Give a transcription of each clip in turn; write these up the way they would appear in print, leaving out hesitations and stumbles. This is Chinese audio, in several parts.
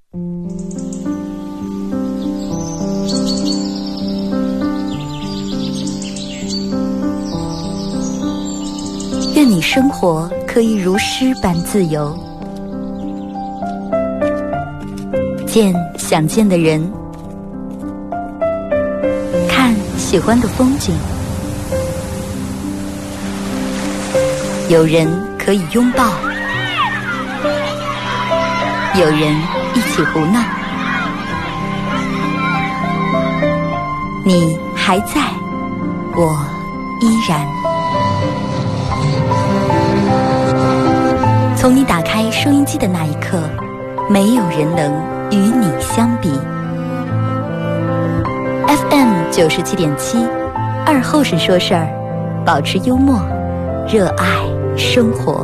愿你生活可以如诗般自由，见想见的人，看喜欢的风景，有人可以拥抱，有人一起胡闹，你还在，我依然。从你打开收音机的那一刻，没有人能与你相比。FM 97.7，二后生说事儿，保持幽默，热爱生活。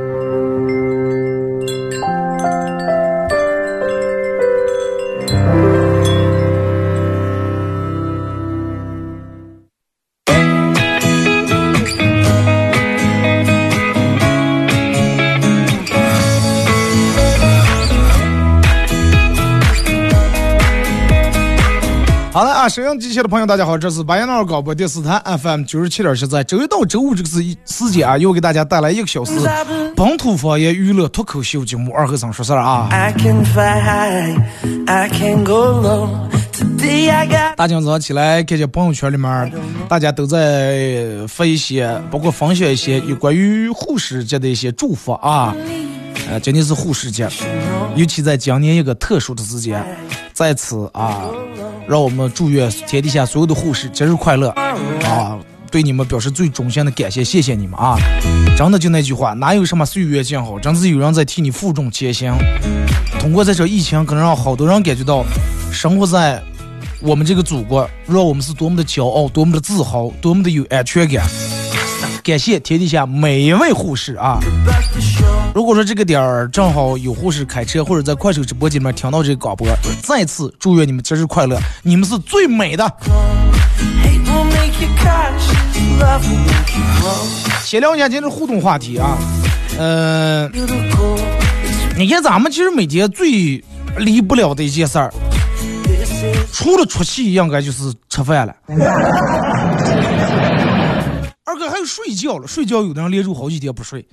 好了啊，收音机前的朋友大家好，这是白杨那广播电视台 FM 97.7，在周一到周五这个时间啊，又给大家带来1个小时本土方言娱乐脱口秀节目二和尚说事儿啊。大清早起来看见朋友圈里面大家都在发一些，包括分享一些有关于护士节的一些祝福啊。今天是护士节，尤其在今年一个特殊的时间，在此啊，让我们祝愿天底下所有的护士节日快乐啊！对你们表示最衷心的感谢，谢谢你们啊！真的就那句话，哪有什么岁月静好，真是有人在替你负重前行。通过这场疫情，可能让好多人感觉到生活在我们这个祖国，让我们是多么的骄傲，多么的自豪，多么的有安全感。感谢天底下每一位护士啊！如果说这个点儿正好有护士开车或者在快手直播间里面听到这个广播，再次祝愿你们节日快乐，你们是最美的。先聊一下今天的互动话题啊，你看咱们其实每天最离不了的一件事儿，除了出气应该就是吃饭了。二哥还有睡觉了，睡觉有的人连住好几天不睡。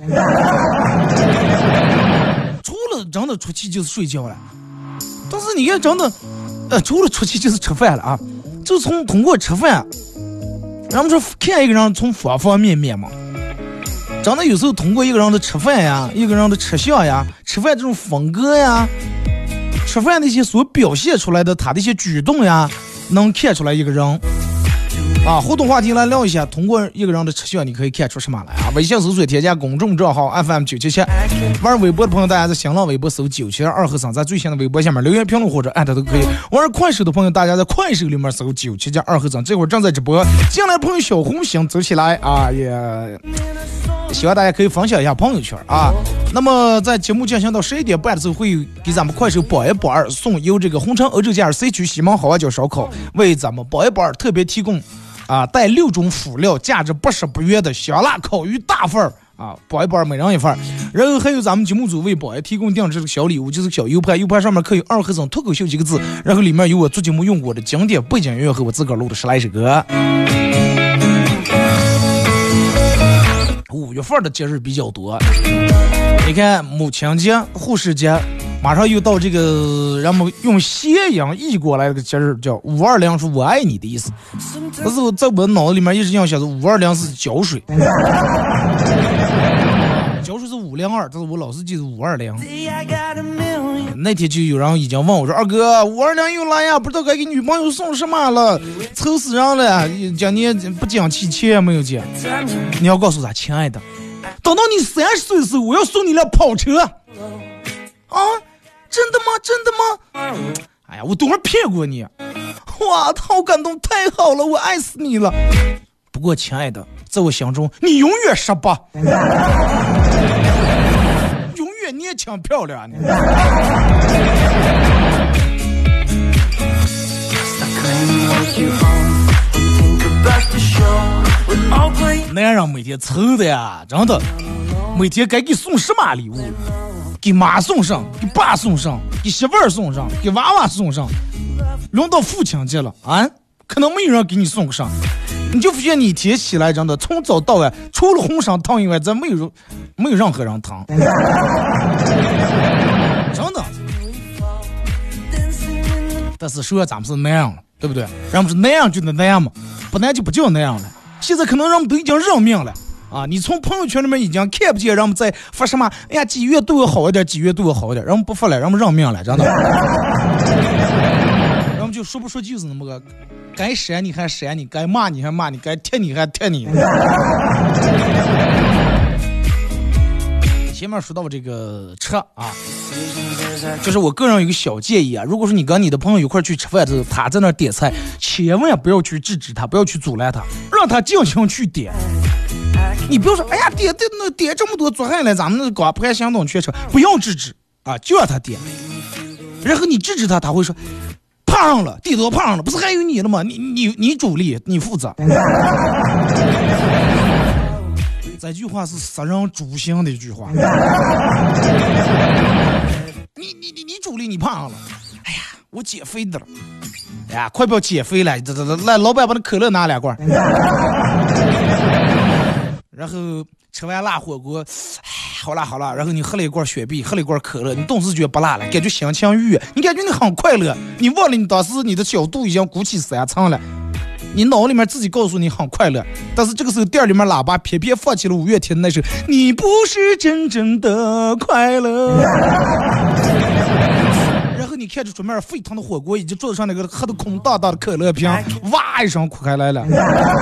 除了真的出气就是睡觉了，但是你看真的，除了出气就是吃饭了啊，就通过吃饭，咱们说看一个人从方方面面嘛。真的有时候通过一个人的吃饭呀，一个人的吃相呀，吃饭这种风格呀，吃饭那些所表现出来的他的一些举动呀，能看出来一个人。啊，互动话题来聊一下，通过一个人的吃相，你可以看出什么来啊？微信搜索添加公众账号 FM977，玩微博的朋友，大家在新浪微博搜972二和尚，在最新的微博下面留言评论或者艾特都可以。玩快手的朋友，大家在快手里面搜977二和尚，这会儿正在直播。进来的朋友小红心走起来啊！也希望大家可以分享一下朋友圈啊。那么在节目进行到11点半的时候，会给咱们快手榜一榜二送由这个红城欧洲家 C 区西门好望角烧烤为咱们榜一榜二特别提供带6种辅料，价值80不元的香辣烤鱼大份儿啊，榜一榜二每人一份儿。然后还有咱们节目组为榜一提供定制的小礼物，就是小 U 盘，U 盘上面刻有二和尚脱口秀几个字，然后里面有我做节目用过的经典背景音乐和我自个儿录的10来首歌。5月份的节日比较多，你看母亲节、护士节，马上又到这个人们用谐音译过来的节日，叫520，是我爱你的意思。可是我在我的脑子里面一直这样想着，520是胶水，胶水是502，但是我老是记得520。那天就有人已经问我说：“二哥，520又来呀，不知道该给女朋友送什么了，愁死人了！今年不讲气，钱也没有见。”你要告诉他，亲爱的，等到你30岁的时候，我要送你辆跑车。啊，真的吗？真的吗？哎呀，我等会儿骗过你。哇，好感动，太好了，我爱死你了。不过，亲爱的，在我心中，你永远18。年轻漂亮呢。男人每天愁的呀，真的，每天该给送什么礼物？ 给妈送上，给爸送上，给媳妇儿送上，给娃娃送上，轮到父亲节了啊，可能没有人给你送上，你就发现你一天起来真的从早到晚，除了红烧汤以外，咱没有任何人疼，真的。但是说咱们是那样了，对不对？咱们是那样就那样嘛，不然就不叫那样了。现在可能人们都已经认命了啊！你从朋友圈里面已经看不见人们在发什么，哎呀，几月对我好一点，几月对我好一点，人们不发了，人们认命了，真的。人们就说不说就是那么个，该删你还删你，该骂你还骂你，该贴你还贴你。前面说到这个车啊，就是我个人有个小建议啊，如果说你跟你的朋友一块去吃饭的时候，他在那点菜，千万不要去制止他，不要去阻拦他，让他尽情去点。你不要说，哎呀，点这么多做下来，咱们搞不看相当全程，不要制止啊，就让他点。然后你制止他，他会说，胖上了，地多胖上了，不是还有你了吗？你主力，你负责。这句话是杀人诛心的一句话。你主力你胖上了，哎呀，我减肥的了，哎呀，快不要减肥了，来，老板把那可乐拿2罐。然后吃完辣火锅，哎，好辣，然后你喝了一罐雪碧，喝了一罐可乐，你顿时觉得不辣了，感觉心情愉悦，你感觉你很快乐，你忘了你当时你的小肚已经鼓起3层了。你脑里面自己告诉你很快乐，但是这个时候店里面喇叭偏偏放起了5月天那首你不是真正的快乐。然后你看着桌面沸腾的火锅以及桌子上那个喝的空荡荡的可乐瓶，哇一声哭开来了。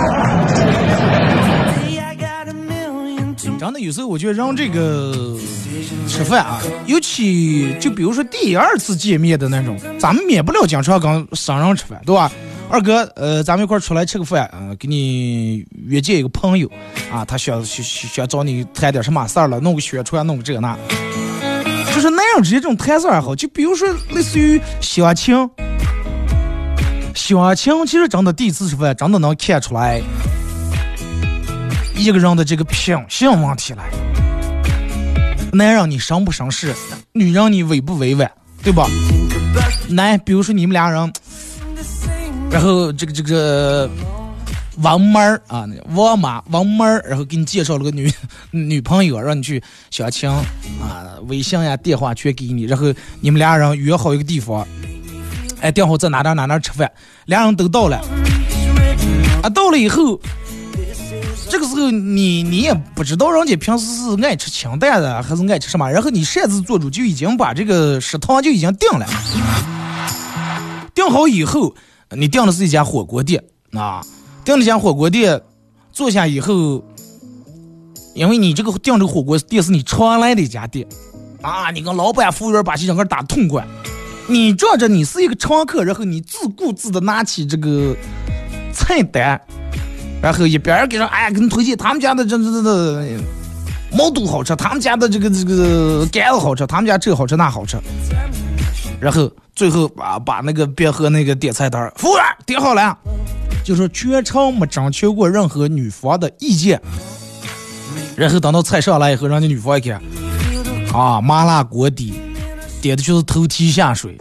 真的有时候我觉得让这个吃饭啊，尤其就比如说第2次见面的那种，咱们免不了经常跟商人吃饭，对吧？二哥，咱们一块出来吃个饭，给你约见一个朋友啊，他想找你谈点什么事儿了，弄个宣传，弄个这那，就是那样直接这种谈事儿好。就比如说类似于相亲，其实真的第一次吃饭，真的能看出来一个人的这个品性问题来。男人你绅不绅士，女人你委不委婉，对吧？男，比如说你们俩人。然后这个王妈儿啊，王妈儿，然后给你介绍了个女朋友，让你去相亲啊，微信呀、电话全给你，然后你们俩人约好一个地方，哎，定好在哪吃饭，俩人都到了，啊，到了以后，这个时候你也不知道人家平时是爱吃清淡的还是爱吃什么，然后你擅自做主就已经把这个食堂就已经定了，定好以后。你订的是一家火锅店啊，订了一家火锅店，坐下以后，因为你订这个火锅店是你常来的一家店啊，你跟老板服务员把这整个打痛快，你仗着你是一个常客，然后你自顾自的拿起这个菜单，然后一边给人哎呀给你推荐他们家的这毛肚好吃，他们家的这个干子好吃，他们家这好吃那好吃。然后最后把那个别和那个点菜单，服务员点好了，就说全程没征求过任何女方的意见。然后等到菜上来以后，让那女方一看，啊，麻辣锅底点的就是头蹄下水，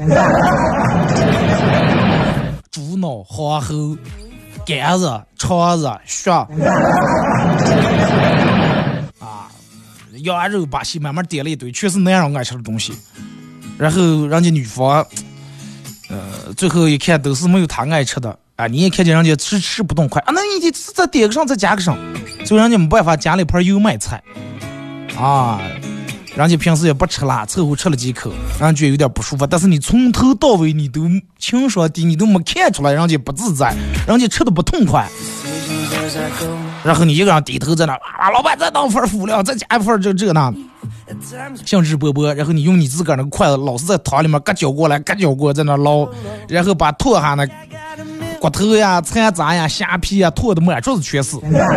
猪脑、黄喉、肝子、肠子、血，啊，羊肉把戏慢慢点了一堆，全是男人爱吃的东西。然后人家女方，最后一看都是没有他爱吃的啊！你也看见人家吃不动快啊，那你再点个上再加个上，所以人家没办法加了一盘油麦菜，啊，人家平时也不吃辣，凑合吃了几口，人家觉得有点不舒服。但是你从头到尾你都情商低，你都没看出来人家不自在，人家吃的不痛快。然后你一个人低头在那啊，老板再当份辅料，再加一份这那。兴致勃勃，然后你用你自个儿那个筷子老是在汤里面嘎搅过来嘎搅过，在那捞，然后把唾下那骨头呀、残渣呀、虾皮呀唾的满桌子全是。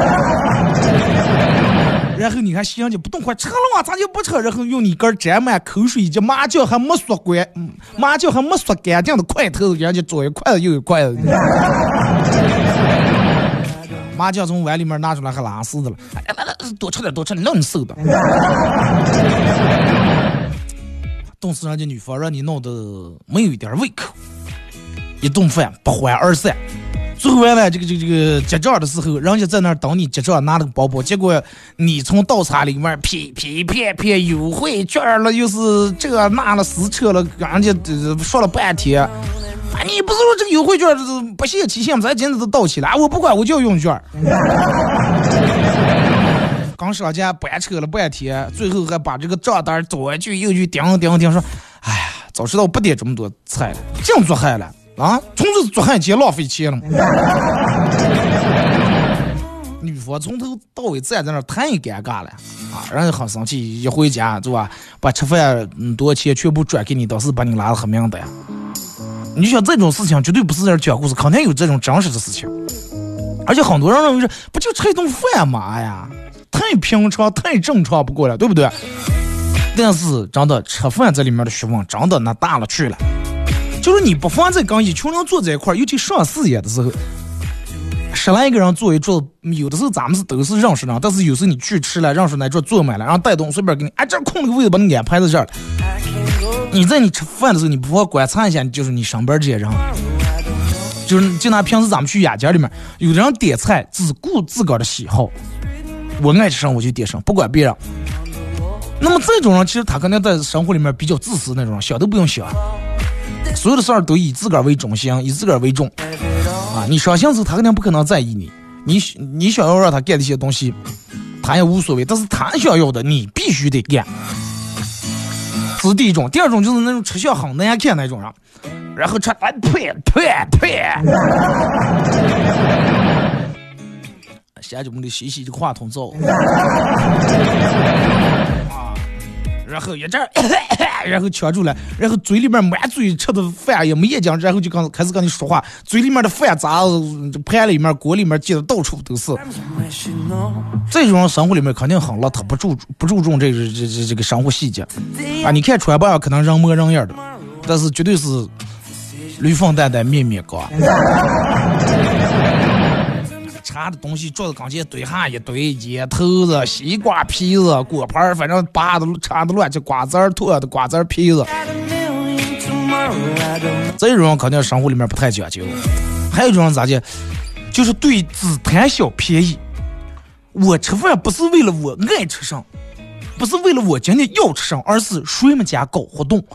然后你看西洋就不动快吃了嘛，咱就不吃，然后用你根沾满口水以及麻酱还没嗦干净的筷头，人家左一筷子右一筷子。麻酱从碗里面拿出来还拉丝的了，哎，来多吃点，让你瘦的。 冻死人家女方，让你弄得没有一点胃口，一顿饭不欢而散。最后呢，这个结账的时候，人家在那儿等你结账，拿了个包包，结果你从倒茶里面骗优惠券了，又是这那了撕扯了，人家说了半天，啊，你不是说这个优惠券不限期限吗？咱今天都到期了，我不管，我就要用券。刚上家掰扯了半天，最后还把这个账单左一句右句叮，说，哎呀，早知道不点这么多菜了，这样做害了。啊，从这做汉奸浪费钱了。女方从头到尾站在那太尴尬了啊，让人很生气。一回家是吧，把吃饭多钱全部转给你，倒是把你拉得很明白。你想这种事情绝对不是在讲故事，肯定有这种真实的事情。而且很多人认为是不就吃一顿饭嘛，哎呀，太平常太正常不过了，对不对？但是真的吃饭这里面的学问真的那大了去了。就是你不放在跟一群人坐在一块儿，尤其上视野的时候，10来个人坐一桌，有的时候咱们都是认识人，但是有时候你去吃了，认识那桌坐满了，然后带动随便给你，哎，这空了个位置把你安排在这儿了。你在你吃饭的时候，你不妨观察一下，就是你身边这些人，就拿平时咱们去雅间里面，有的人点菜只顾自个儿的喜好，我爱吃什么我就点什么，不管别人。那么这种人其实他可能在生活里面比较自私那种人，想都不用想。所有的事儿都以自个儿为中心，以自个儿为重啊！你伤心时他肯定不可能在意你，你想要让他干这些东西，他也无所谓，但是他想要的你必须得干。这是第一种，第二种就是那种吃相很难看那种人，然后吃来呸，现在就我们得洗这个话筒罩啊。然后一阵然后呛住了，然后嘴里面满嘴吃的饭也没咽讲，然后就开始跟你说话，嘴里面的饭渣盘里面锅里面接的到处都是。这种生活里面肯定很邋遢，不注重这个生活细节啊！你看穿吧，可能人模人样的，但是绝对是驴粪蛋蛋面面高。茶的东西做的刚才堆下一堆，野头子、西瓜皮子、果盘，反正扒的插的乱七瓜子儿、脱的瓜子儿皮子。这种肯定生活里面不太讲究。还有一种咋的，就是对只贪小便宜。我吃饭不是为了我爱吃上，不是为了我今天要吃上，而是谁们家搞活动。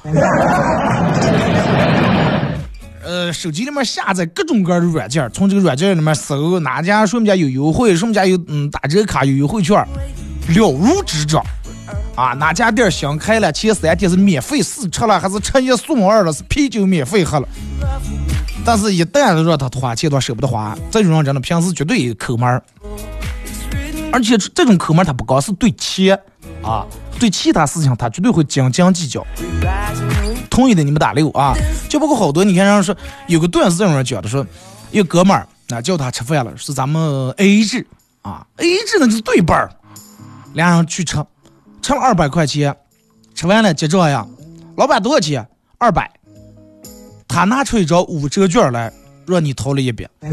手机里面下载各种各样的软件，从这个软件里面搜哪家谁们家有优惠，谁们家有打折卡有优惠券，了如指掌啊！哪家店新开了，前3天是免费试吃了，还是吃1送2了，是啤酒免费喝了。但是一旦让他花钱，他舍不得花。这种人真的平时绝对抠门，而且这种抠门他不光是对钱啊，对其他事情他绝对会斤斤计较。同意的你们打6啊！就包括好多，你看上说有个段子这种人讲的说，一个哥们儿叫他吃饭了，是咱们 AA 制啊 ，AA 制呢就是对半儿，俩人去吃了200块钱，吃完了结账呀，老板多少钱？200，他拿出一张5折券来，让你掏了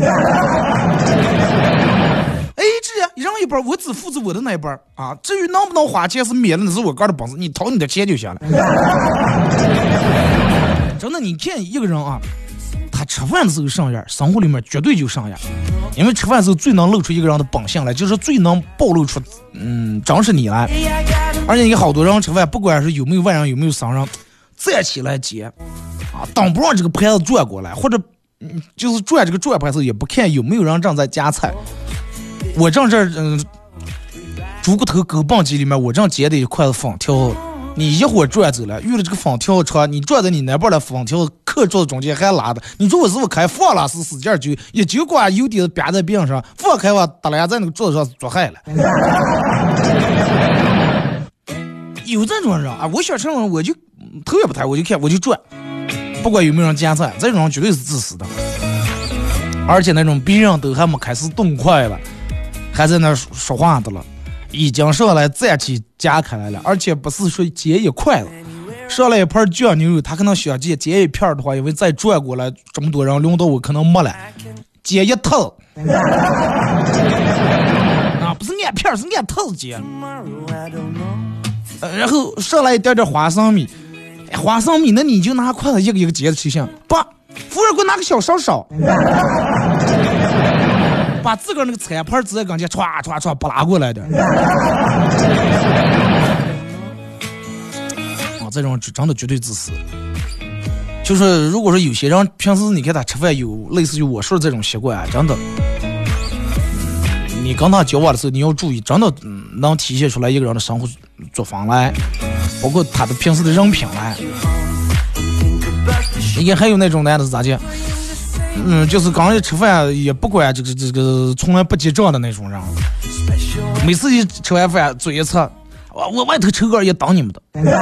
100。AA 制呀，一人一半，我只负责我的那一半啊，至于能不能花钱是免了，那是我个人的本事，你掏你的钱就行了。真的，你看一个人啊，他吃饭的时候上眼，生活里面绝对就上眼，因为吃饭的时候最能露出一个人的本性来，就是最能暴露出真是你来。而且你好多人吃饭，不管是有没有外人有没有商人，站起来接啊，等不让这个盘子转过来，或者就是转这个转盘子也不看有没有人正在夹菜。我正这猪骨头狗棒机里面，我正接的一块粉条，你一会儿转走了，遇了这个粉条长，你转在你那边的粉条课桌中间还拉的，你说我是不是开放了是使劲就也就把油底子别在边上，放开我打来在那个桌子上做害了。有这种人啊，我想吃我就头也不抬，我就看我就转，不管有没有人夹菜，这种人绝对是自私的。而且那种别人都还没开始动筷了，还在那说话的了，已经上来站起夹开来了，而且不是说夹一块了，上来一盘酱牛肉，他可能想夹一片的话，因为再转过来这么多人轮到我可能没了，夹一套啊，不是按片是按套夹。然后上来一点点花生米， 花生米，那你就拿筷子一个一个接着吃行。不，服务员给我拿个小勺勺，把自个儿那个菜盘直接跟前歘歘歘不拉过来的。这种真的绝对自私。就是如果说有些人平时你看他吃饭有类似于我说的这种习惯啊，真的，你跟他交往的时候你要注意，真的能体现出来一个人的生活作风来，包括他的平时的人品来。也还有那种男的是咋讲，就是刚一吃饭也不管这个从来不结账的那种人，每次一吃完饭嘴一侧，我外头抽根也当你们的。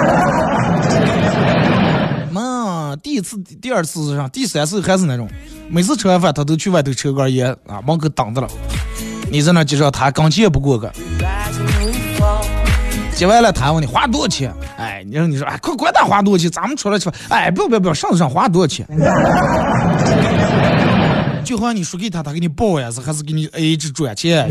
第一次、第二次上，第三次还是那种，每次吃完饭他都去外头抽根烟啊，门口等着了。你在那结账，他刚结不过个，结完了他问你花多少钱？哎，你说哎，快管他花多少钱，咱们出来吃饭。哎，不要，上花多少钱？就好像你说给他给你报呀，还是给你 AA 制转钱？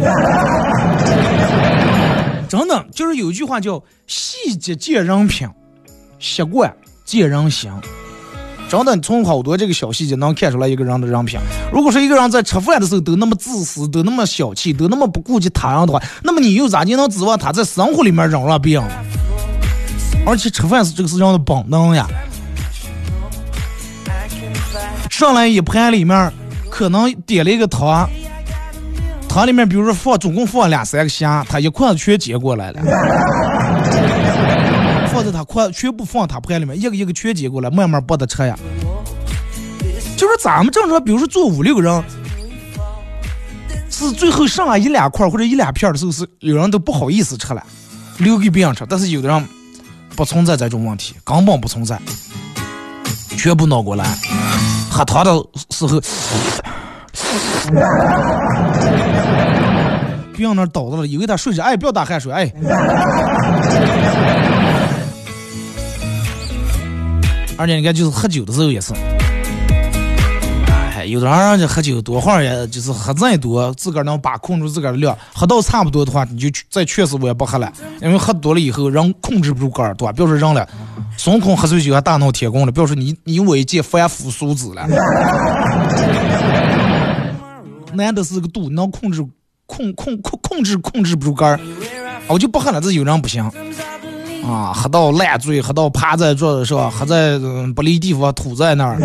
真的，就是有一句话叫细节见人品，习惯见人行。真的从好多这个小细节能看出来一个人的人品。如果说一个人在吃饭的时候都那么自私，都那么小气，都那么不顾及他人的话，那么你又咋就能指望他在生活里面忍让别人？而且吃饭是这个是人的本能呀。上来一盘里面可能点了一个汤里面比如说总共放2-3个虾，他一筷子全接过来了。放在他全部放他盘里面，一个一个全接过来，慢慢剥的吃呀。就是咱们正常，比如说做5-6个人，是最后剩下1-2块或者1-2片的时候，是有人都不好意思吃了，留给别人吃。但是有的人不存在这种问题，根本不存在，全部拿过来。喝汤的时候，别人那倒着了，以为他睡着，哎，不要打汗水，哎。而且你看，就是喝酒的时候也是，哎，有的人家喝酒多会儿也就是喝再多，自个儿能把控住自个儿的量，喝到差不多的话，你就再确实我也不喝了，因为喝多了以后人控制不住肝儿，对吧？不要说人了，孙悟空喝醉酒还大闹天宫了，不要说你我一介凡夫俗子了，难的是个度，能控制不住肝儿，我就不喝了，这有人不行。啊，喝到烂醉，喝到趴在桌子上，喝在不离地方吐在那儿。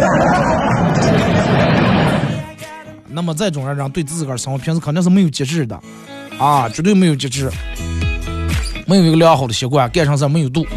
那么这种人对自个儿生活平时肯定是没有节制的，啊，绝对没有节制，没有一个良好的习惯，干上事没有度。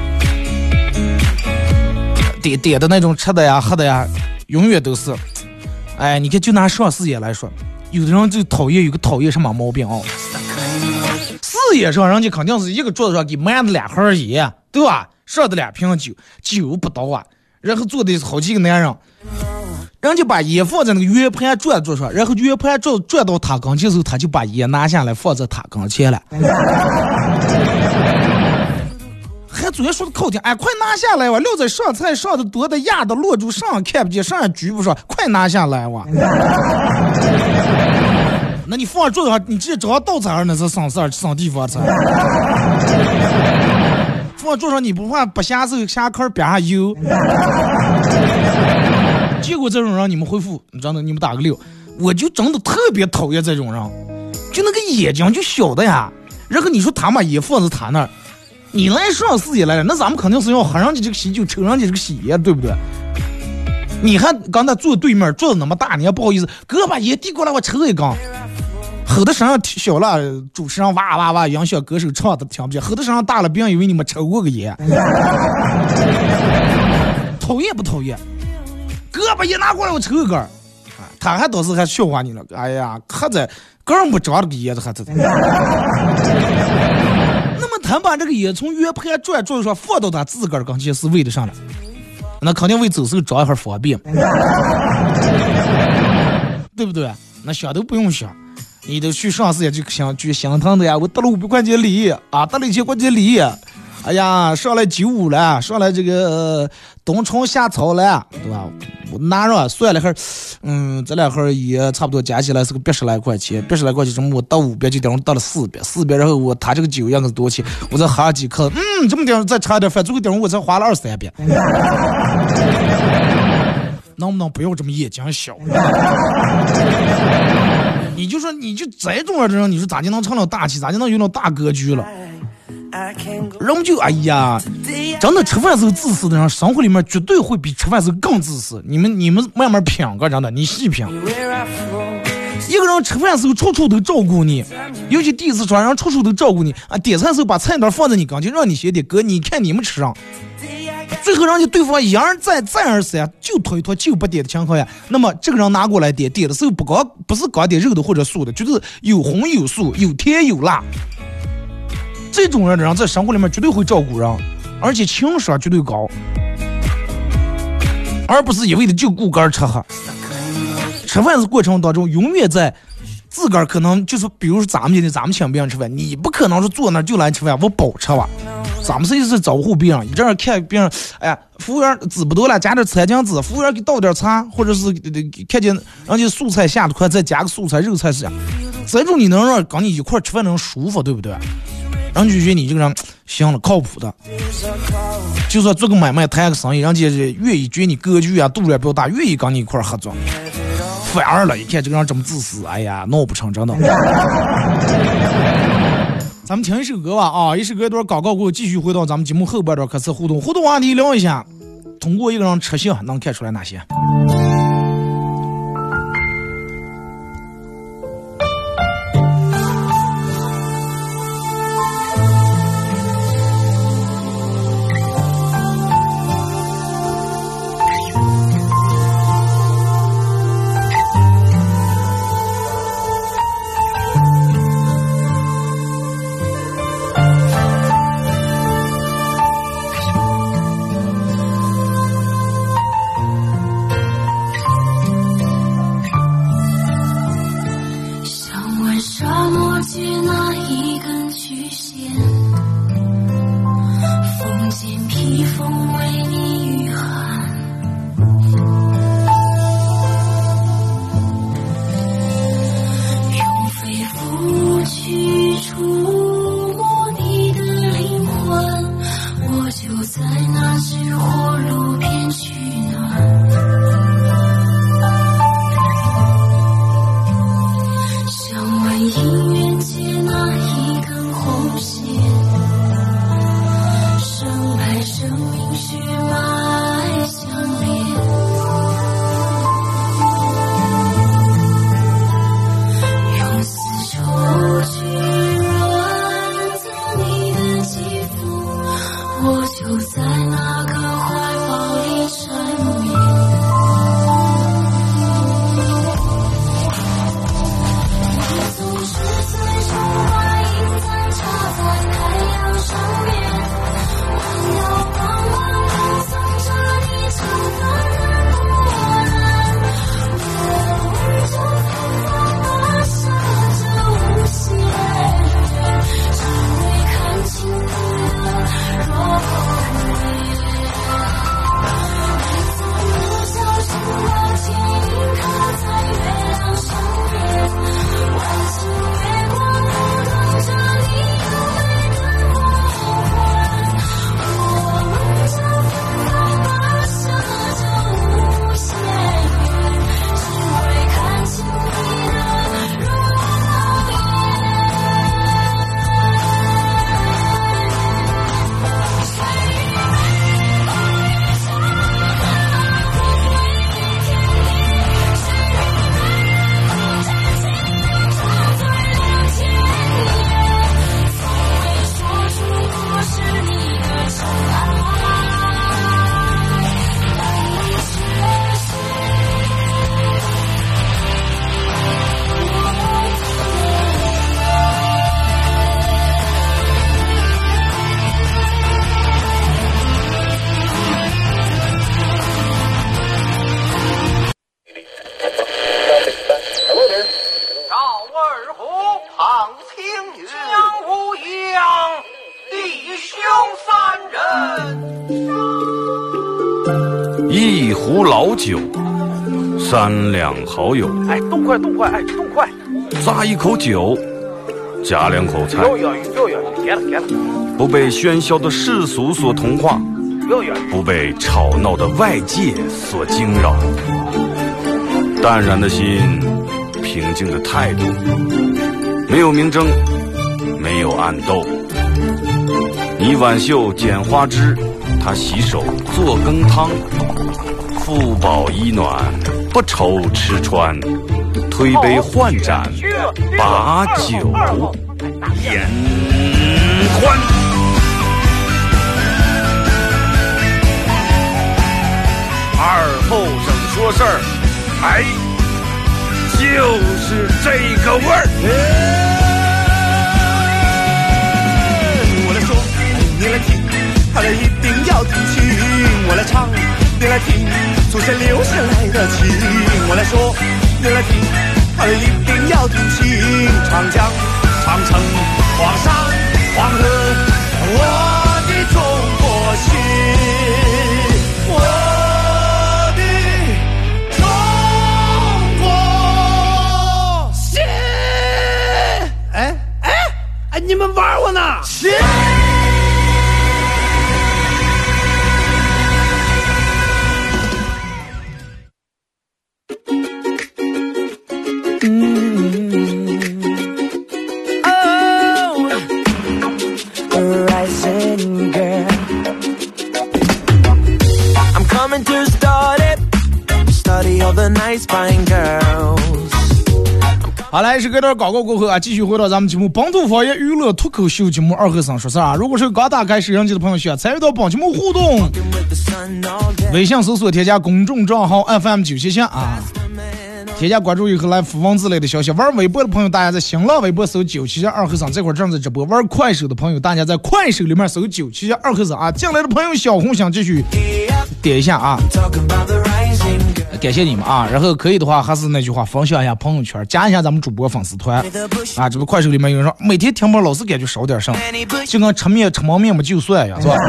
点的那种吃的呀、喝的呀，永远都是，哎，你看就拿上事业来说，有的人就有个讨厌什么毛病哦。事业上人家肯定是一个桌子上给满的2盒烟，对吧？上的2瓶酒不倒啊，然后坐的好几个男人，人家把烟放在那个圆盘转桌上，然后圆盘转到他跟前的时候，他就把烟拿下来放在他跟前了。还昨天说的靠听，哎，快拿下来哇！撂在上菜上的多的压的落住上看不见，上举不上，快拿下来哇！那你放桌子上，你直接找到稻草那是省事儿省地方菜。放桌上你不怕不下手下坑边上油？结果这种人你们回复，真的你们打个6，我就真的特别讨厌这种人，就那个眼睛就小的呀。然后你说他妈也放在他那儿，你来上事业来了，那咱们肯定是要喝上你这个喜酒，抽上你这个喜烟，对不对？你还刚才坐对面桌子那么大，你还不好意思，哥把烟递过来我抽一根。吼的声音小了，主持人哇哇哇，音响歌手唱的听不见；吼的声音大了，别人以为你们抽过个烟。讨厌不讨厌？哥把烟拿过来我抽一根，他还当时还笑话你了。哎呀，还在更不着这个烟的还在。那么他把这个烟从圆盘转上放到他自个儿跟前是为的上来，那肯定为走时候找一会儿方便，对不对？那想都不用想。你都去上市也就心疼的呀！我得了500块钱礼啊，得了1000块钱礼，哎呀，上来95了，上来这个冬虫夏草了，对吧？ 我拿着算了这两盒也差不多加起来是个80来块钱，80来块钱什么我到500就等于到了400，然后他这个酒样子多钱，我再喝几克，这么点再差点饭，最后点我才花了2-300。能不能不要这么眼睛小？你就这种人，你说咋就能成了大气，咋就能有了大格局了？人们就哎呀，真的吃饭时候自私的人，生活里面绝对会比吃饭时候更自私。你们慢慢品个，真的，你细品。一个人吃饭时候处处都照顾你，尤其第一次吃，人处处都照顾你啊。点菜时候把菜单放在你刚就让你先点，哥你看你们吃上。最后让你对方一而再再而三就推脱就不点的情况下，那么这个人拿过来点的时候不是刚点肉的或者素的，就是有红有素，有甜有辣。这种人在生活里面绝对会照顾人，而且情商绝对高，而不是一味的就顾个吃喝。吃饭的过程当中，永远在自个儿可能就是，比如说咱们请别人吃饭，你不可能是坐那就来吃饭，我饱吃吧。咱们是招呼别人，你这样看别人，哎呀，服务员纸不多了，加点餐巾纸，服务员给倒点茶，或者是看见人家素菜下的快，再加个素菜肉菜是这样，这种你能让跟你一块吃饭能舒服，对不对？人就觉得你这个人行了，靠谱的。就算做个买卖谈个生意，人家愿意觉得你格局啊、度量比较大，愿意跟你一块合作。反而了，一看这个人这么自私，哎呀，闹不成真的。咱们听一首歌吧啊！一首歌一段广告过后，继续回到咱们节目后半段开始互动话题聊一下，通过一个人吃相能看出来哪些？ 好酒，3两好友。 哎，动快，哎，动快！ 咂一口酒，夹2口菜。 给了。 不被喧嚣的世俗所同化，不被吵闹的外界所惊扰。淡然的心，平静的态度，没有明争，没有暗斗。你挽袖剪花枝，他洗手做羹汤。腹饱衣暖，不愁吃穿，推杯换盏，把酒言欢。二后生说事儿，哎，就是这个味儿。 我来说，你来听，好了一定要听清。我来唱，你来听，祖先留下来的情。我来说，你来听，好了一定要听清。长江、长城、黄山、黄河，我的中国心，我的中国心。哎，你们玩我呢？心。 好，来是隔段广告过后啊，继续回到咱们节目本土方言娱乐脱口秀节目二和尚说事啊。如果是刚打开摄像机的朋友，需要参与到本节目互动，微信搜索添加公众账号 FM977啊，添加关注以后来发文字类的消息。玩微博的朋友，大家在新浪微博搜977二和尚，这会儿正在直播。玩快手的朋友，大家在快手里面搜977二和尚啊。进来的朋友小红想继续点一下啊，感谢你们啊！然后可以的话，还是那句话，分享一下朋友圈，加一下咱们主播粉丝团啊。这不快手里面有人说，每天听播老是感觉少点声，就跟吃焖面嘛就算一样，是吧？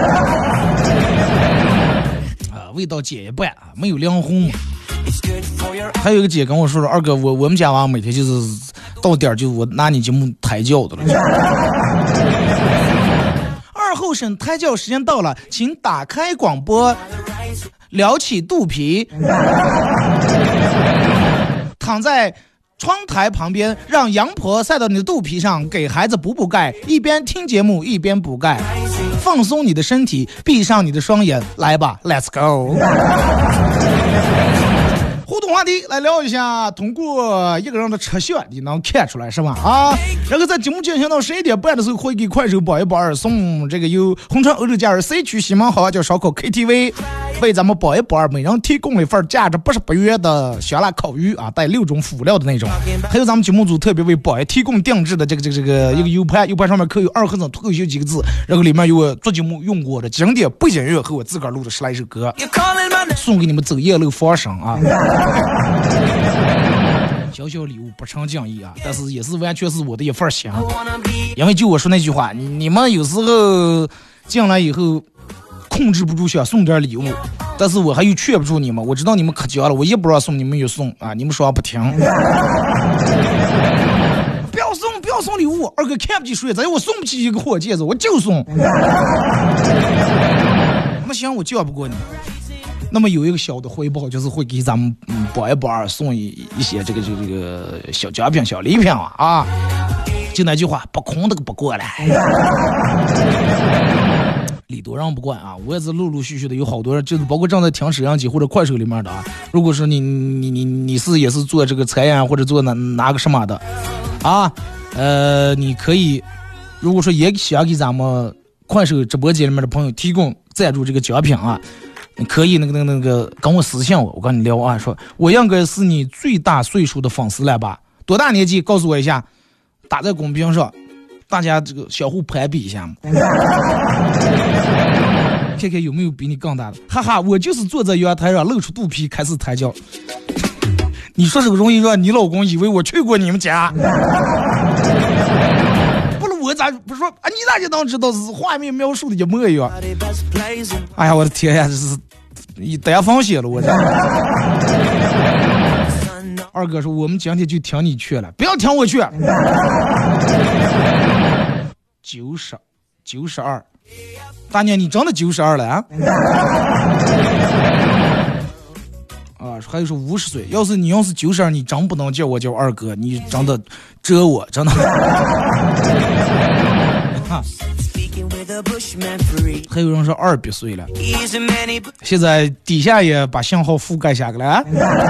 啊，味道减一半啊，没有亮红嘛。还有一个姐跟我说二哥，我们家娃每天就是到点就我拿你节目抬轿的了。二后生胎教时间到了，请打开广播，撩起肚皮，躺在窗台旁边，让羊婆晒到你的肚皮上，给孩子补钙，一边听节目一边补钙，放松你的身体，闭上你的双眼，来吧 ，Let's go。互动话题来聊一下，通过一个人的车相你能看出来是吧？啊，然后在节目进行到11点半的时候，会给快手宝一宝二送这个由红川欧洲假日 C 区西门好啊叫烧烤 KTV 为咱们宝一宝二每人提供了一份价值88元的香辣烤鱼啊，带6种辅料的那种，还有咱们节目组特别为宝一提供定制的这个一个 U 盘上面刻有二和尚脱口秀几个字，然后里面有我做节目用过的经典背景乐和我自个儿录的10来首歌，送给你们走夜路放声啊。小小礼物不成敬意啊，但是也是完全是我的一份心，因为就我说那句话，你们有时候进来以后控制不住想送点礼物，但是我还又劝不住你们，我知道你们可犟了，我一不让送你们又送啊，你们说不听。不要送礼物，二哥看不起谁，咱我送不起一个火戒指，我就送。那行，我犟不过你。那么有一个小的回报，就是会给咱们宝一宝二送一些这个小奖品、小礼品啊！就那句话，不空的不过来，礼多让不惯啊！我也是陆续的有好多人，就是包括正在听摄像机或者快手里面的啊。如果说你也是做这个餐饮或者做哪个什么的啊，你可以，如果说也想给咱们快手直播间里面的朋友提供赞助这个奖品啊。你可以那个跟我私信我跟你聊啊，说我应该是你最大岁数的粉丝了吧？多大年纪？告诉我一下，打在公屏上，大家这个相互攀比一下嘛，看看有没有比你更大的。哈哈，我就是坐在阳台上露出肚皮开始抬轿。你说这个容易让你老公以为我去过你们家？我咋不说啊？你咋就能知道是画面描述的一模一样？哎呀，我的天呀，这是单方写了我这。二哥说我们今天就听你去了，不要听我去。92，大娘你真的92了啊？啊，还有说50岁，要是92，你真不能叫我叫二哥，你真的折我，真的。还有人说200岁了，现在底下也把信号覆盖下来了。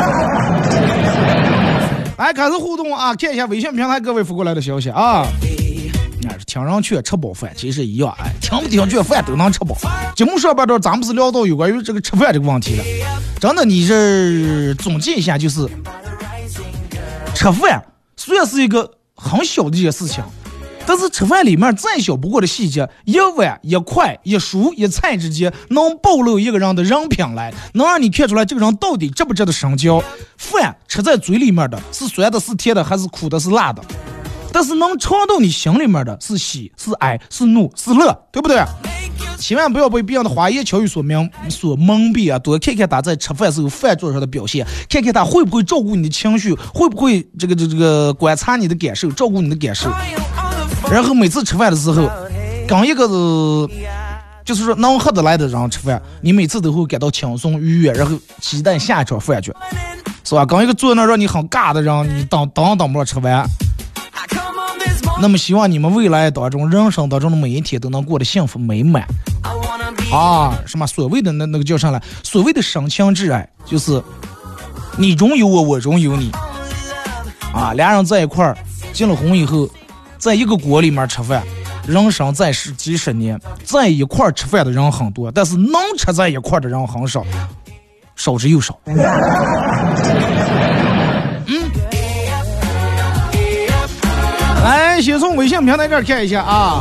来开始互动啊，看一下微信平台各位发过来的消息啊。听上去吃饱饭其实一样，哎，听不听这饭都能吃饱。节目上边都咱们是聊到有关于这个吃饭这个问题了，真的你是总结一下，就是吃饭虽然是一个很小的一件事情，但是吃饭里面再小不过的细节，一碗一块一蔬一菜之间能暴露一个人的人品来，能让你看出来这个人到底值不值得深交。饭吃在嘴里面的是酸的是甜的还是苦的是辣的，但是能尝到你心里面的是喜是爱是怒是乐，对不对？千万不要被别人的花言巧语所蒙蔽啊！多看看他在吃饭时候饭桌上的表现，看看他会不会照顾你的情绪，会不会这个观察你的感受，照顾你的感受。然后每次吃饭的时候，跟一个就是说能合得来的人吃饭，你每次都会感到轻松愉悦，然后期待下一场饭局，是吧？跟一个坐那让你很尬的人，你等不了吃饭。那么希望你们未来当中人生当中的每一天都能过得幸福美满啊！什么所谓的那个叫上来，所谓的深情挚爱，就是你中有我，我中有你啊！俩人在一块儿结了婚以后，在一个锅里面吃饭，人生在世几十年，在一块儿吃饭的人很多，但是能吃在一块儿的人很少，少之又少。来，先从微信平台这儿看一下啊。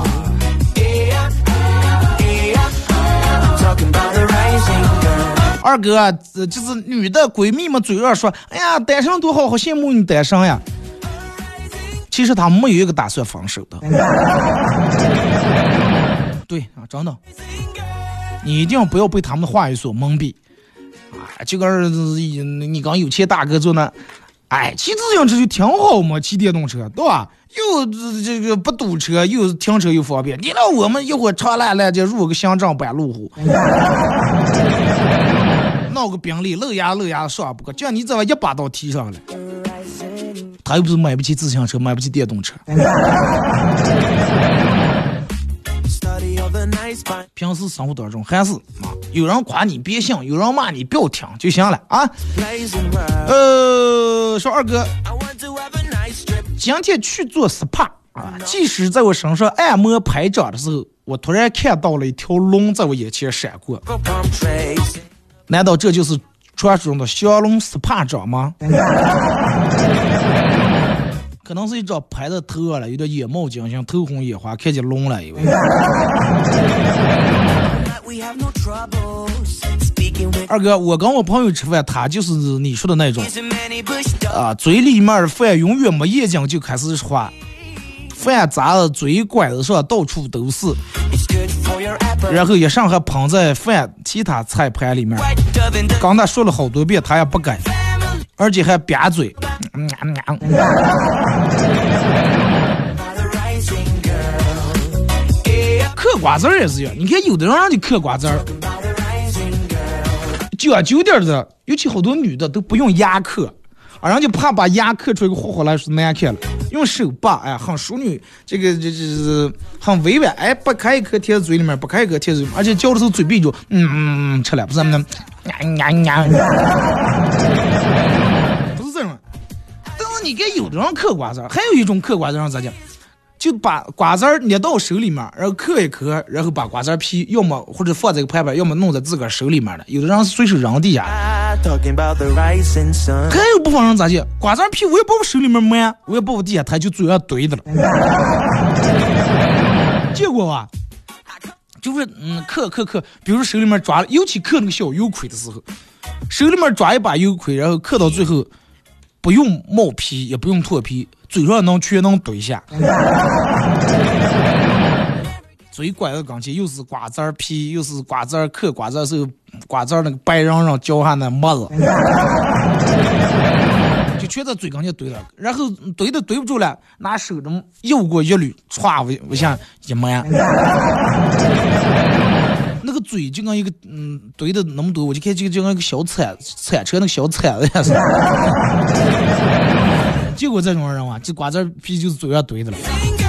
二哥，就是女的闺蜜们嘴上说，哎呀，单身多好，好羡慕你单身呀。其实他们没有一个打算分手的。对啊，真的，你一定不要被他们的话语所蒙蔽啊！就跟你刚有钱大哥坐那。哎，骑自行车就挺好嘛，骑电动车，对吧？又这个不堵车，又停车又方便。你让我们一会儿长烂烂就入个乡镇半路虎，闹个宾利，漏牙上不过，叫你这玩意一把刀提上来。他又不是买不起自行车，买不起电动车。平时生活当中还是有人夸你别信，有人骂你不要听就行了啊。说二哥，今天去做 SPA 啊，即使在我身上按摩拍掌的时候，我突然看到了一条龙在我眼前闪过。难道这就是传说中的降龙 SPA 掌吗？可能是一张拍的头了，有点眼冒金星，头红眼花，看见龙了以为。二哥，我跟我朋友吃饭，他就是你说的那种啊，嘴里面的饭永远没眼睛就开始话，饭砸的嘴拐子上到处都是，然后一上还捧在饭其他菜盘里面。刚才说了好多遍，他也不改，而且还瘪嘴。嗑瓜子儿也是呀，你看有的人让你嗑瓜子儿，9点的，尤其好多女的都不用牙嗑，啊，人就怕把牙嗑出一个火火来是难看了，用手把，哎，很淑女，这很委婉，哎，不开一颗贴在嘴里面，不开一颗贴在嘴里面，而且嚼的时候嘴闭住，吃了不是那不是这种。但是你看有的人嗑瓜子儿，还有一种嗑瓜子儿咋讲？就把瓜子儿捏到手里面，然后嗑一嗑，然后把瓜子皮要么或者放在个盘盘，要么弄在自个儿手里面的。有的人随手扔地下。还有部分人咋的？瓜子皮我也把我手里面摸，我也把我地下，他就嘴上堆的了。结果吧，就是嗑，比如手里面抓了，尤其嗑那个小油葵的时候，手里面抓一把油葵，然后嗑到最后，不用冒皮，也不用脱皮。嘴上全能怼下， 嘴拐到跟前，又是瓜子皮，又是瓜子嗑，瓜子是瓜子那个白瓤嚼下那沫子，就全在嘴跟前怼了，然后怼的怼不住了，拿手这么右过一捋，歘我下一抹，那个嘴就跟一个怼的那么多，我就看就跟一个小铲车那个小铲子样子。结果这种人啊，这瓜子皮就是嘴上怼的了。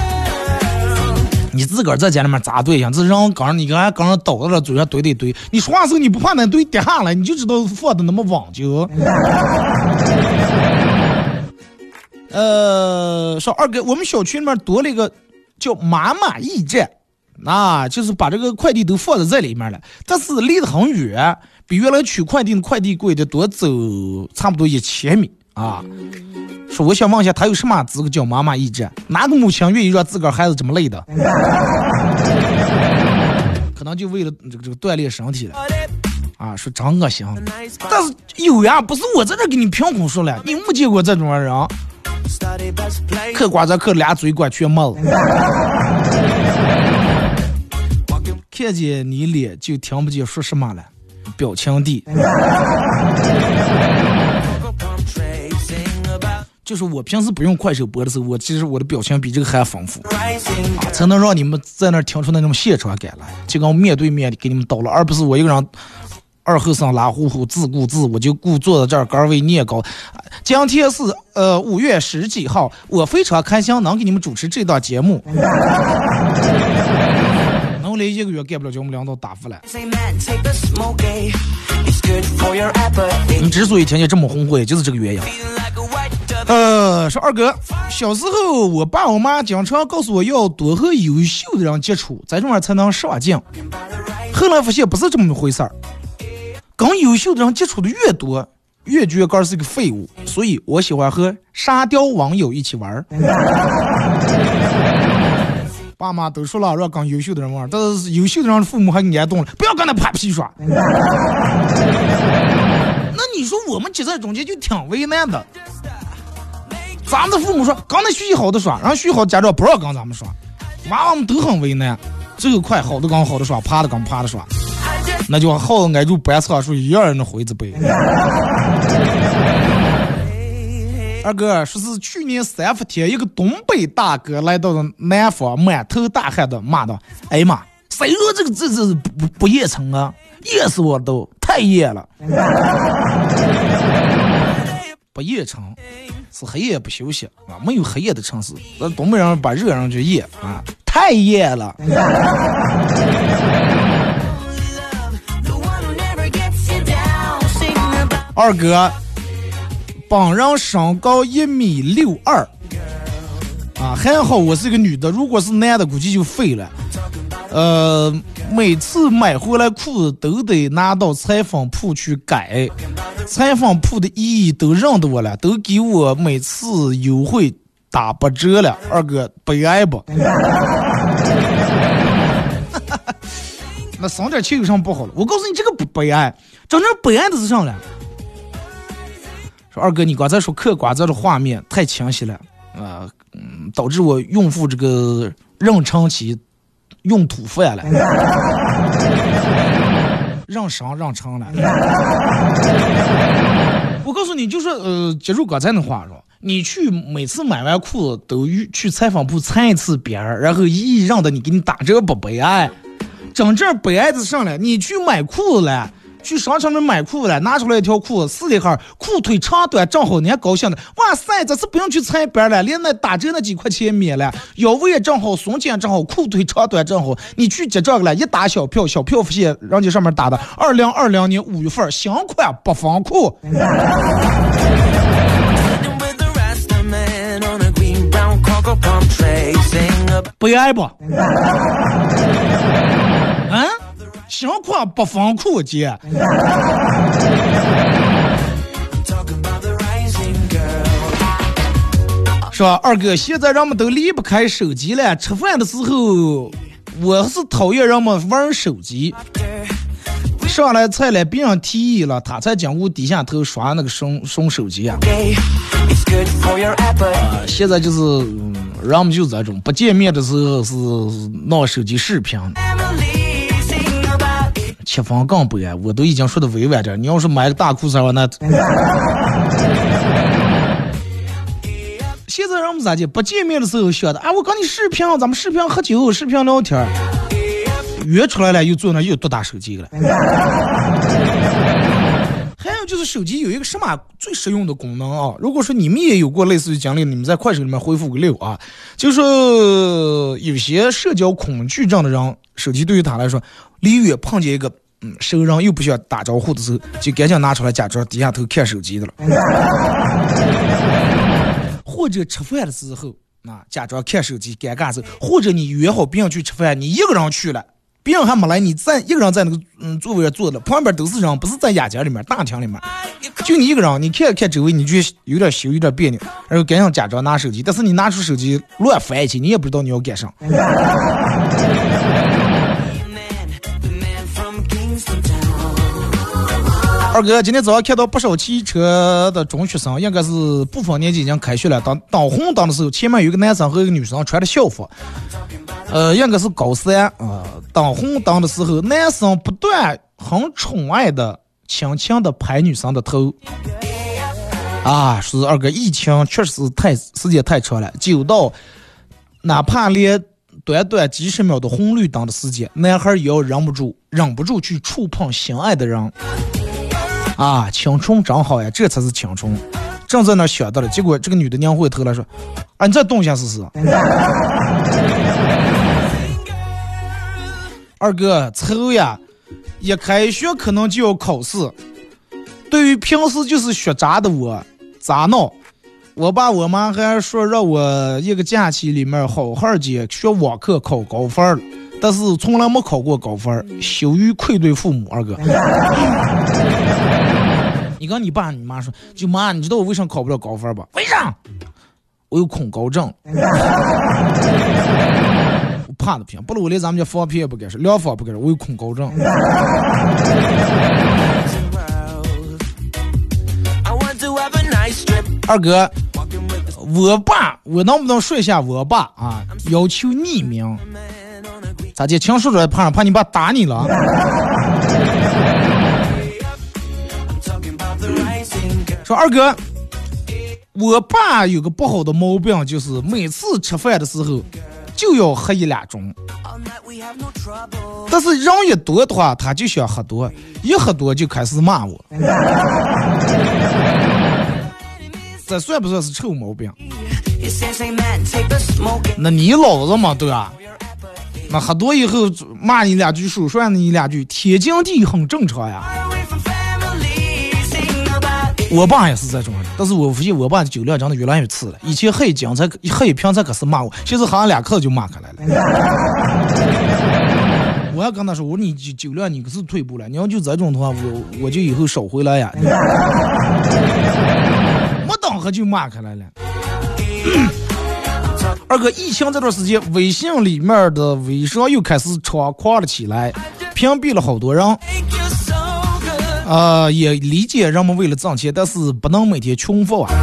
你自个儿在家里面咋怼一下？这人刚你刚刚倒到了嘴上怼，你说话时候你不怕那怼跌下来，你就知道放的那么网就。说二哥，我们小区里面多了一个叫妈妈驿站，就是把这个快递都放在这里面了，但是离得很远，比原来取快递的快递柜得多走差不多1000米啊。说我想问一下，他有什么资格叫妈妈驿站？哪个母亲愿意让自个儿孩子这么累的？可能就为了这个锻炼身体了啊！说真恶心，但是有呀，不是我在这给你凭空说了，你没见过这种人，嗑瓜子嗑俩嘴管全没了，看见你脸就听不见说什么了，表情帝。就是我平时不用快手播的时候，其实我的表情比这个还丰富才能让你们在那儿听出那种现场感来，就跟我面对面给你们叨了，而不是我一个人二后生拉呼呼自顾自，我就顾坐在这儿杆位念高。今天是5月10几号，我非常开心能给你们主持这档节目。能连1个月干不了，就我们领导打发了。你之所以听见这么红火，也就是这个原因。说二哥，小时候我爸我妈经常告诉我要多和优秀的人接触，在这样才能上进。后来发现不是这么一回事儿，跟优秀的人接触的越多，越觉得是个废物，所以我喜欢和沙雕网友一起玩。爸妈都说了让跟优秀的人玩，但是优秀的人父母还给你动了，不要跟他拍屁耍。那你说我们挤在中间就挺为难的。咱们的父母说刚才学习好的耍，然后学习好的家长不让跟咱们耍，娃娃们都很为难。这个快好的刚好的耍，趴的刚趴的耍，那就好挨住白草树一样人的回子背。二哥说是去年3伏天，一个东北大哥来到了南方，满头大汗的骂道：“哎呀妈，谁说这不热成啊？热死我都，太热了！不热成是黑夜不休息啊，没有黑夜的城市，东北人把热人就热啊，太热了。”二哥本人身高1.62米啊，还好我是个女的，如果是男的估计就废了。每次买回来裤子都得拿到裁缝铺去改，裁缝铺的意义都认得我了，都给我每次优惠打8折了。二哥悲哀不？那省点钱有什么不好了？我告诉你，这个不悲哀，真正悲哀的是上来。说二哥，你刚才说嗑瓜子的画面太清晰了，导致我孕妇这个妊娠期用土饭了，让伤让成了。我告诉你，就说接住刚才的话说，你去每次买完裤子都去裁缝铺裁一次边儿，然后一让的你给你打折不悲哀，整这悲哀的上来，你去买裤子了。去商场里买裤子了，拿出来一条裤子，试了一下，裤腿长短正好，你还高兴的，哇塞，这次不用去裁边了，连那打折那几块钱免了，腰围也正好，松紧正好，裤腿长短正好，你去结账了，一打小票，小票发现人家上面打的2020年5月份新款不防裤。悲哀不？新款不防裤姐，是吧？二哥，现在人们都离不开手机了，吃饭的时候，我是讨厌人们玩手机。上来菜了，别人提议了，他才讲过低下头刷那个送手机啊。现在就是然后我们就这种不见面的时候是闹手机视频，7分更不安，我都已经说的委婉点，你要是买个大裤衩话，那现在人们咋的？不见面的时候想的啊，我跟你视频，咱们视频喝酒，视频聊天，约出来了又坐那又多打手机了。还有就是手机有一个什么最实用的功能啊？如果说你们也有过类似于经历，你们在快手里面回复个6啊，就是说有些社交恐惧症的人，手机对于他来说，离远碰见一个熟人又不需要打招呼的时候，就赶紧拿出来假装低下头看手机的了。或者吃饭的时候假装看手机尴尬的时候，或者你约好别人去吃饭，你一个人去了，别人还没来，你一个人在那个座位上坐了，旁边都是人，不是在雅间里面大厅里面，就你一个人，你看看周围，你就有点羞有点别扭，然后赶紧假装拿手机，但是你拿出手机乱翻一起，你也不知道你要干啥。二哥，今天早上看到不少骑车的中学生，应该是部分年级已经开学了。当红灯的时候，前面有一个男生和一个女生穿的校服，应该是高3啊。当红灯的时候，男生不断很宠爱的轻轻的拍女生的头。是二哥，疫情确实时间太长了，久到哪怕连短短几十秒的红绿灯的时间，男孩也要忍不住去触碰心爱的人。青春真好呀，这才是青春。正在那想到了，结果这个女的娘回头来说：“你再动一下试试。”二哥，抽呀！一开学可能就要考试。对于平时就是学渣的我，咋闹？我爸我妈还说让我一个假期里面好好的学网课考高分了，但是从来没考过高分，羞于愧对父母。二哥。你跟你爸你妈说，就妈，你知道我为什么考不了高分吧？为啥？我有恐高症。我怕的平，不了我连咱们家方片也不敢说，两方不敢说，我有恐高症。二哥，我能不能说一下我爸要求匿名？咋的？强说出来怕你爸打你了？说二哥，我爸有个不好的毛病，就是每次吃饭的时候就要喝1-2盅，但是人一多的话他就想喝多，一喝多就开始骂我。这算不算是臭毛病？那你老子嘛，对吧？那喝多以后骂你2句，手涮你2句，天经地义，很正常呀。我爸也是这种人，但是我发现我爸的酒量真的越来越次了。以前喝一瓶才可是骂我，现在好像2克就骂开来了。我要跟他说，我说你酒量你可是退步了，你要就这种的话，我就以后少回来呀。没等喝就骂开来了。二哥，疫情这段时间，微信里面的微商又开始猖狂了起来，屏蔽了好多人。也理解人们为了挣钱，但是不能每天重复啊。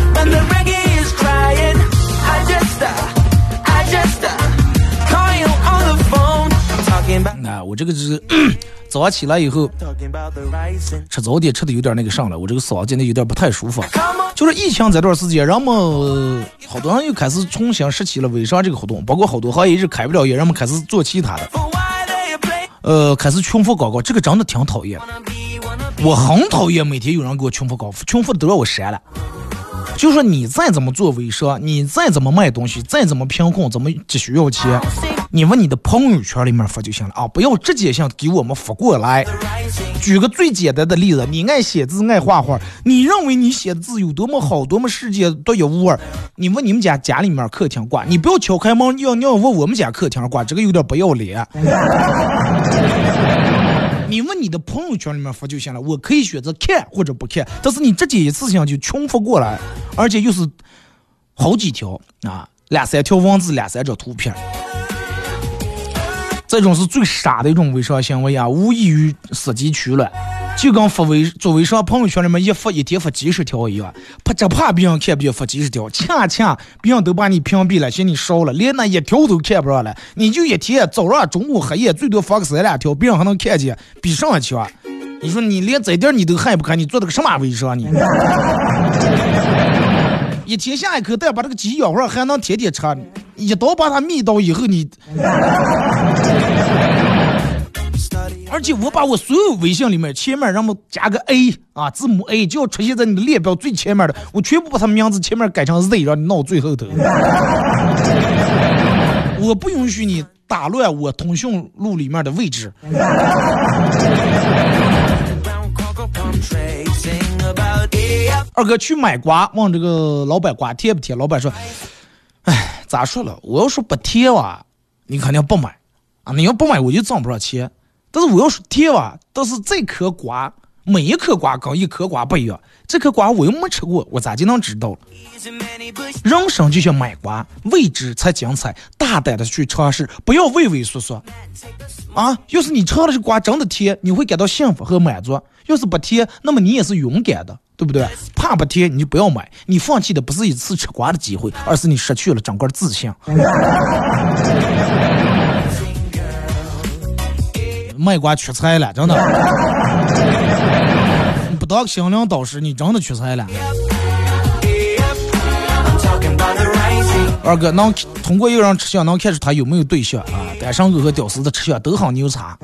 我这个是早上起来以后吃早点吃的有点那个上来，我这个嗓子真的有点不太舒服。就是疫情这段时间，人们好多人又开始重新拾起了微商这个活动，包括好多行业一直开不了业，人们开始做其他的，开始重复广告，这个真的挺讨厌的。我很讨厌每天有人给我重复广告，重复的都让我删了。就说你再怎么做微商，你再怎么卖东西，再怎么贫困，怎么急需要钱，你往你的朋友圈里面发就行了啊，不要直接向给我们发过来。举个最简单的例子，你爱写字爱画画，你认为你写的字有多么好，多么世界独一无二，你问你们家里面客厅挂，你不要敲开门要问我们家客厅挂，这个有点不要脸。你问你的朋友圈里面发就行了，我可以选择看或者不看，但是你直接一次性就重复过来，而且又是好几条2-3条文字2-3张图片，这种是最傻的一种微商行为啊，无异于死鸡取卵。 就跟做微商朋友圈里面一天发几十条一样，怕别人看不见发几十条，恰别人都把你屏蔽了，嫌你少了，连那一条都看不上了，你就一天早上中午黑夜最多发个3-2条，别人还能看见，比上一强。你说你连这点你都害不看，你做的个什么微商你？一天下一口蛋把这个鸡咬坏还能天天吃，一刀把它密到以后你。而且我把我所有微信里面前面让我加个 A 啊，字母 A 就要出现在你的列表最前面的，我全部把他名字前面改成 Z， 让你闹最后头。我不允许你打乱我通讯录里面的位置。二哥去买瓜，问这个老板瓜贴不贴？老板说：“哎，咋说了？我要说不贴哇，你肯定不买啊！你要不买，我就挣不上钱。但是我要说贴哇，但是这颗瓜每一颗瓜跟一颗瓜不一样，这颗瓜我又没吃过，我咋就能知道了？人生就像买瓜，未知才精彩，大胆的去尝试，不要畏畏缩缩啊！要是你尝的是瓜真的贴，你会感到幸福和满足；要是不贴，那么你也是勇敢的。”对不对？怕不贴你就不要买，你放弃的不是一次吃瓜的机会，而是你失去了整个自信。卖瓜缺财了，真的。你不当心灵导师，你真的缺财了。二哥能通过一个人吃相能看出他有没有对象啊？单身狗和屌丝的吃相都很牛叉。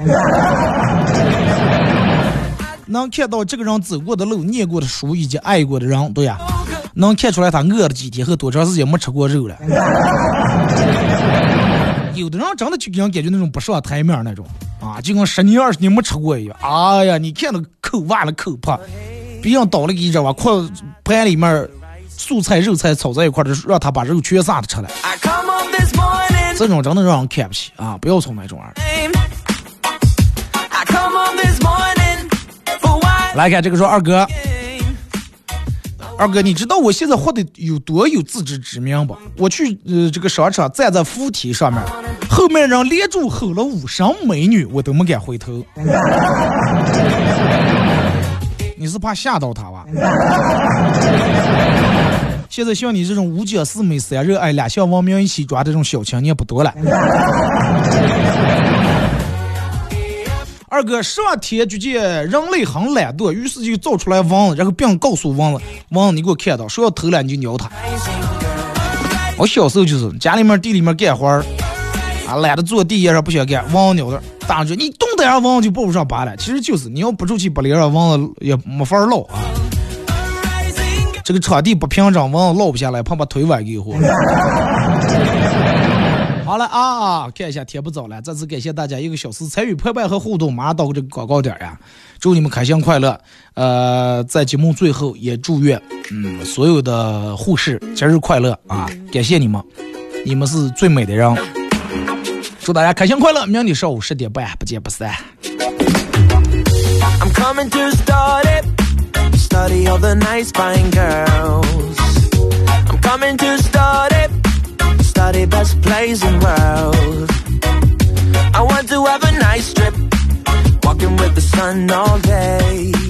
能看到这个人走过的路、念过的书以及爱过的人，对呀，能看出来他饿了几天和多长时间没吃过肉了。有的人真的就给人感觉那种不上台面那种啊，就跟10年20年没吃过一样。哎呀，你看那口挖了口怕，别人倒了一着吧，扩盘里面素菜、肉菜炒在一块的，让他把肉全撒的出来。这种真的让人看不起啊！不要从那种玩意儿。来看这个说二哥，你知道我现在活得有多有自知之明吧？我去这个商场站在扶梯上面，后面人连住吼了5声美女，我都没敢回头。你是怕吓到他吧？现在像你这种5讲4美3热爱2项文明一起抓这种小青年不多了。二哥上天就见人类很懒惰，于是就造出来蚊子，然后并告诉蚊子你给我看到，说要偷懒你就咬他。我小时候就是家里面地里面干活啊，懒得坐地上不想干，蚊子咬的，大人说你动得让蚊子就抱不上拔了，其实就是你要不出去不连上蚊子也没法捞啊。这个场地不平整，蚊子捞不下来，怕把腿崴给活。好了啊，看一下天不早了，再次感谢大家1个小时参与陪伴和互动，马上到这个广告点呀，祝你们开心快乐。在节目最后也祝愿所有的护士节日快乐啊，感谢你们，你们是最美的人，祝大家开心快乐，明天上午10点半不见不散。 I'm coming to study all the nice fine girls. I'm coming to study best place in world. I want to have a nice trip, walking with the sun all day.